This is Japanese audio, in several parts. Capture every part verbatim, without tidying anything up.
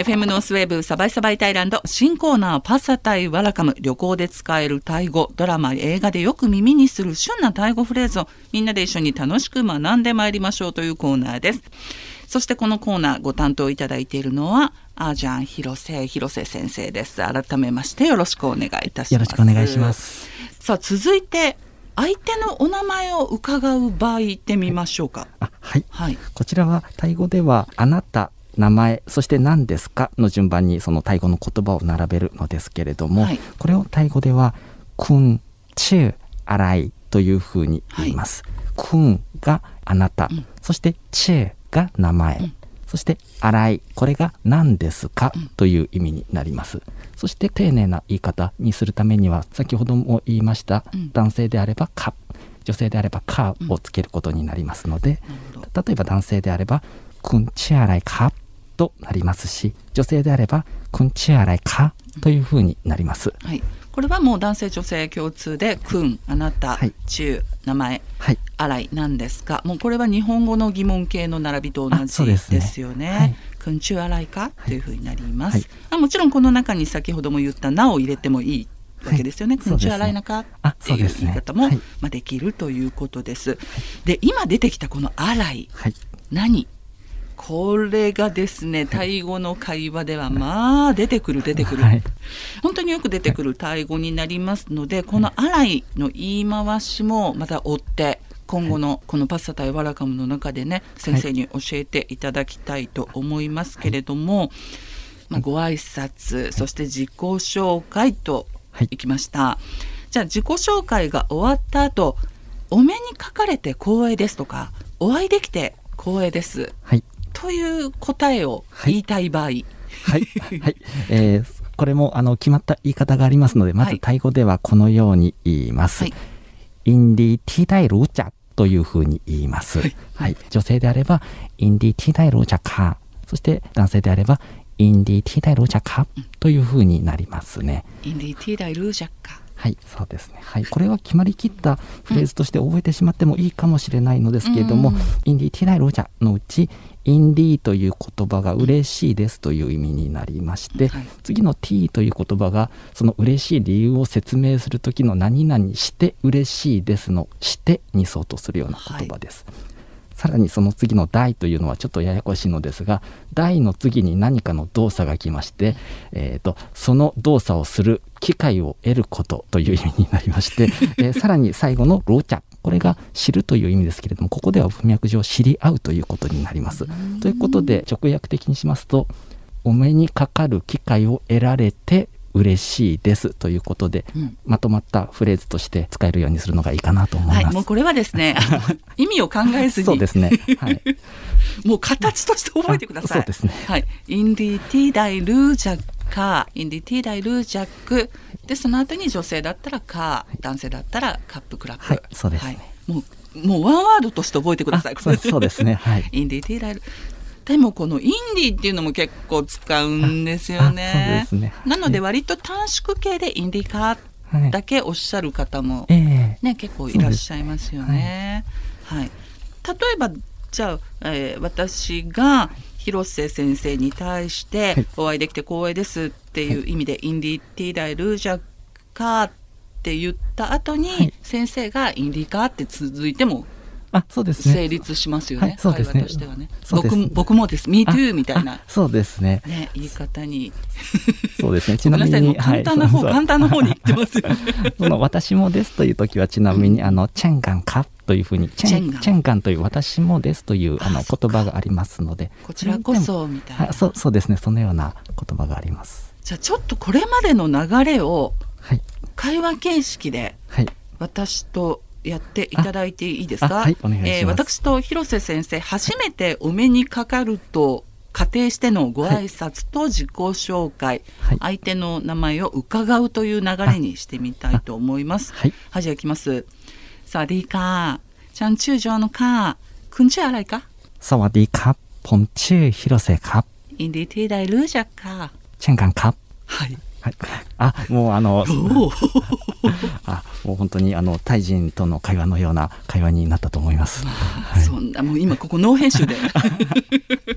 エフエム ノースウェーブサバイサバイタイランド新コーナーパッサタイワラカム。旅行で使えるタイ語、ドラマ映画でよく耳にする旬なタイ語フレーズをみんなで一緒に楽しく学んでまいりましょうというコーナーです。そしてこのコーナーご担当いただいているのはアージャン広瀬広瀬先生です。改めましてよろしくお願いいたします。 よろしくお願いします。 さあ続いて相手のお名前を伺う場合行ってみましょうか。 あ、はい、 はい、 こちらはタイ語ではあなた、名前、そして何ですかの順番にそのタイ語の言葉を並べるのですけれども、はい、これをタイ語ではクン、チュ、アライというふうに言います。はい、クンがあなた、うん、そしてチュが名前、うん、そしてアライ、これが何ですか、うん、という意味になります。そして丁寧な言い方にするためには先ほども言いました、うん、男性であればカ、女性であればカをつけることになりますので、うん、例えば男性であればクンチアライカとなりますし、女性であればクンチアライカというふうになります。 はい、これはもう男性女性共通でクン、あなた、はい、チュ、名前、はい、アライなんですか。もうこれは日本語の疑問形の並びと同じですよね。はい、クンチュアライかというふうになります。はい、あもちろんこの中に先ほども言ったなを入れてもいいわけですよね。はい、クンチュアライナかっていう言い方も、ねまあ、できるということです。で今出てきたこのアライ、はい、何これがですねタイ語の会話ではまあ出てくる出てくる、はい、本当によく出てくるタイ語になりますので、このアライの言い回しもまた追って今後のこのパッサタイワラカムの中でね先生に教えていただきたいと思いますけれども、まあ、ご挨拶そして自己紹介といきました。はい、じゃあ自己紹介が終わった後、お目にかかれて光栄ですとかお会いできて光栄です、はいという答えを言いたい場合、はいはいはいえー、これもあの決まった言い方がありますので、まずタイ語ではこのように言います。はい、インディティダイルーチャというふうに言います。はいはい、女性であればインディティダイルーチャカ、そして男性であればインディティダイルーチャカというふうになりますね。 インディティダイルーチャカ、 はい、そうですね。はい、これは決まりきったフレーズとして覚えてしまってもいいかもしれないのですけれども、うん、インディティダイルーチャのうちインディーという言葉が嬉しいですという意味になりまして、はい、次の t という言葉がその嬉しい理由を説明する時の何々して嬉しいですのしてに相当するような言葉です。はい、さらにその次の大というのはちょっとややこしいのですが、大の次に何かの動作が来まして、えーと、その動作をする機会を得ることという意味になりまして、えー、さらに最後のローチャ、これが知るという意味ですけれども、ここでは文脈上知り合うということになります。ということで直訳的にしますと、お目にかかる機会を得られて嬉しいですということで、うん、まとまったフレーズとして使えるようにするのがいいかなと思います。はい、 もうこれはですね意味を考えずにそうですね、はい、 もう形として覚えてください。 そうですね、 はい、インディティダイルージャッカー、インディティダイルージャックで、その後に女性だったらカー、はい、男性だったらカップクラップ、はい、 そうですね、 はい、もう、もうワンワードとして覚えてください。 そう、そうですね、はい、 インディティダイルでもこのインディっていうのも結構使うんですよね。そうですね、なので割と短縮形でインディカーだけおっしゃる方も、ね、はい、結構いらっしゃいますよね。はいはい、例えばじゃあ、えー、私が広瀬先生に対してお会いできて光栄ですっていう意味で、はい、インディティダイルージャカーって言った後に、はい、先生がインディカーって続いてもあ、そうですね、 成立しますよね。 はい、そうですね、 会話としてはね。僕も、僕もです。Me too みたいな。 そうですね。 ね、言い方に。 そうですね。ちなみに簡単な方、はい、簡単な方に言ってますよね。 その私もですという時はちなみに、うん、あのチェンガンかというふうにチェン、チェンガンという私もですというあの言葉がありますので、 こちらこそみたいな。 はい、そう、そうですね。そのような言葉があります。 じゃあちょっとこれまでの流れを会話形式で私とやっていただいていいですか。 はい、お願いします。えー、 私と広瀬先生初めてお目にかかると仮定してのご挨拶と自己紹介、はい、相手の名前を伺うという流れにしてみたいと思います。はい、はじゃあいきます。サワディーカーちゃん中上のカーくんちあらいか。 サワディーカーผมชื่อ広瀬ครับインディティダイルージャカเช่นกันครับ。 はい、 はい、あ、もうあのあ、もう本当にあのタイ人との会話のような会話になったと思います。 はい、そんなもう今ここノー編集で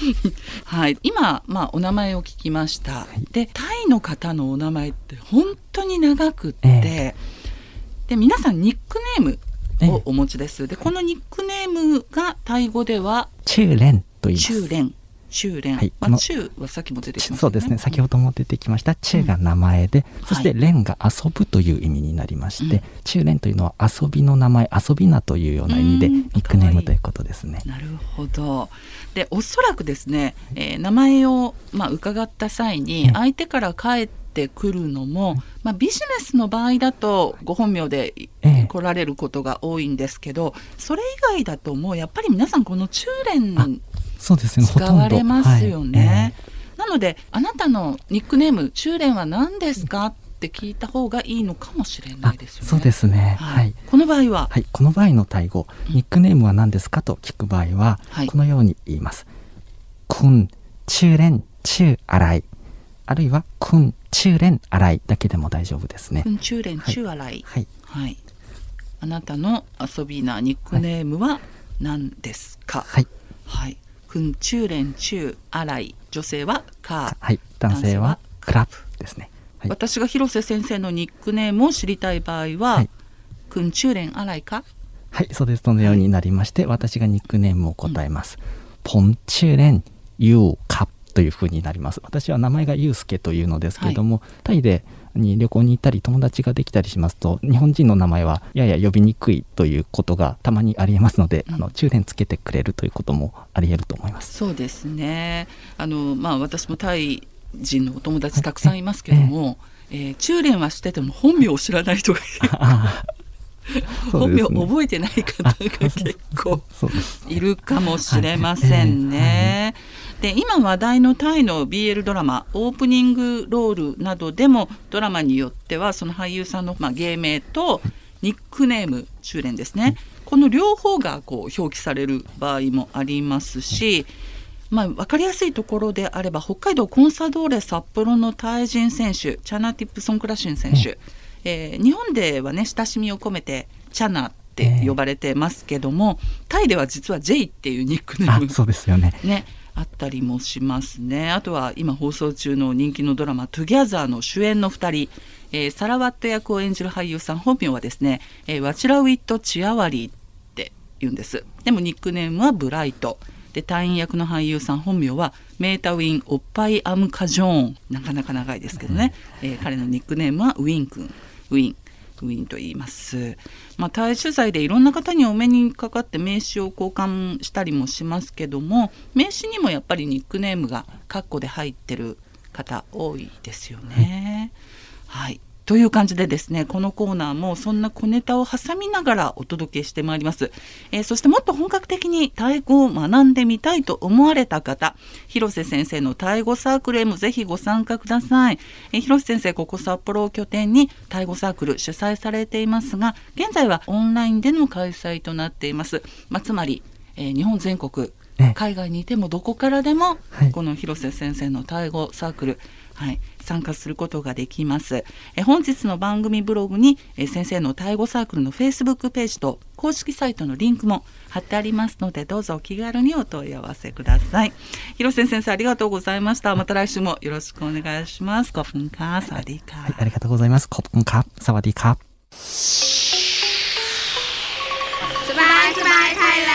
はい、今、まあ、お名前を聞きました、はい、でタイの方のお名前って本当に長くって、えー、で皆さんニックネームをお持ちです、えー、でこのニックネームがタイ語ではチューレンと言います。 チューレンチューレン、はいまあ、チューはさっきも出てきましたね。 そうですね、先ほども出てきましたチューが名前で、うん、そしてレンが遊ぶという意味になりまして、はい、チューレンというのは遊びの名前、遊び名というような意味でニックネームということですね。 なるほど。でおそらくですね、えー、名前を、まあ、伺った際に相手から返ってくるのも、まあ、ビジネスの場合だとご本名で来られることが多いんですけど、それ以外だともうやっぱり皆さんこのチューレンそうですね、 使われますよね、はいえー、なのであなたのニックネームチューレンは何ですかって聞いた方がいいのかもしれないですよね。 そうですね、はいはい、 この場合は、 はい、この場合のタイ語、ニックネームは何ですかと聞く場合は、はい、このように言います。くんチューレンチューアライ、あるいはくんチューレンアライだけでも大丈夫ですね。 くんチューレンチューアライ、はいはい、あなたの遊びなニックネームは何ですか。はい、はいくんチューレンチューアライ、女性はカー、 はい、男性はクラップですね、はい、 私が広瀬先生のニックネームを知りたい場合は、はい、くんチューレンアライか。 はい、そうです。そのようになりまして、はい、私がニックネームを答えます、うん、ポンチューレンユーカというふうになります。私は名前がユウスケというのですけれども、はい、タイでに旅行に行ったり友達ができたりしますと、日本人の名前はやや呼びにくいということがたまにありえますので、うん、あのチューレンつけてくれるということもありえると思います。 そうですね。あの、まあ、私もタイ人のお友達たくさんいますけども、えーえー、チューレンはしてても本名を知らない人がいる本名覚えてない方が結構いるかもしれませんね。で今話題のタイの ビーエル ドラマオープニングロールなどでもドラマによってはその俳優さんの、まあ、芸名とニックネームチューレンですね、この両方がこう表記される場合もありますし、まあ、分かりやすいところであれば北海道コンサドーレ札幌のタイ人選手チャナティップソンクラシン選手、えー、日本ではね親しみを込めてチャナって呼ばれてますけども、タイでは実は J っていうニックネーム、 あ、そうですよね。 ねあったりもしますね。あとは今放送中の人気のドラマトゥギャザーの主演のふたり、えー、サラワット役を演じる俳優さん本名はですね、えー、ワチラウィット・チアワリーって言うんです。でもニックネームはブライトで、隊員役の俳優さん本名はメータウィン・オッパイ・アムカジョーン、なかなか長いですけどね、えー、彼のニックネームはウィン君、ウィンウィンと言います。まあ、タイ取材でいろんな方にお目にかかって名刺を交換したりもしますけども、名刺にもやっぱりニックネームがカッコで入ってる方多いですよね、はい、という感じでですね、このコーナーもそんな小ネタを挟みながらお届けしてまいります、えー、そしてもっと本格的にタイ語を学んでみたいと思われた方、広瀬先生のタイ語サークルへもぜひご参加ください。えー、広瀬先生ここ札幌を拠点にタイ語サークル主催されていますが、現在はオンラインでの開催となっています、まあ、つまり、えー、日本全国海外にいてもどこからでも、はい、この広瀬先生のタイ語サークル、はい、参加することができます。え本日の番組ブログにえ先生のタイ語サークルのフェイスブックページと公式サイトのリンクも貼ってありますので、どうぞお気軽にお問い合わせください。広瀬先生ありがとうございました。また来週もよろしくお願いします。コフンカーサワディカー、 はい、ありがとうございます。コフンカーサワディカー。 สบายสบายไทย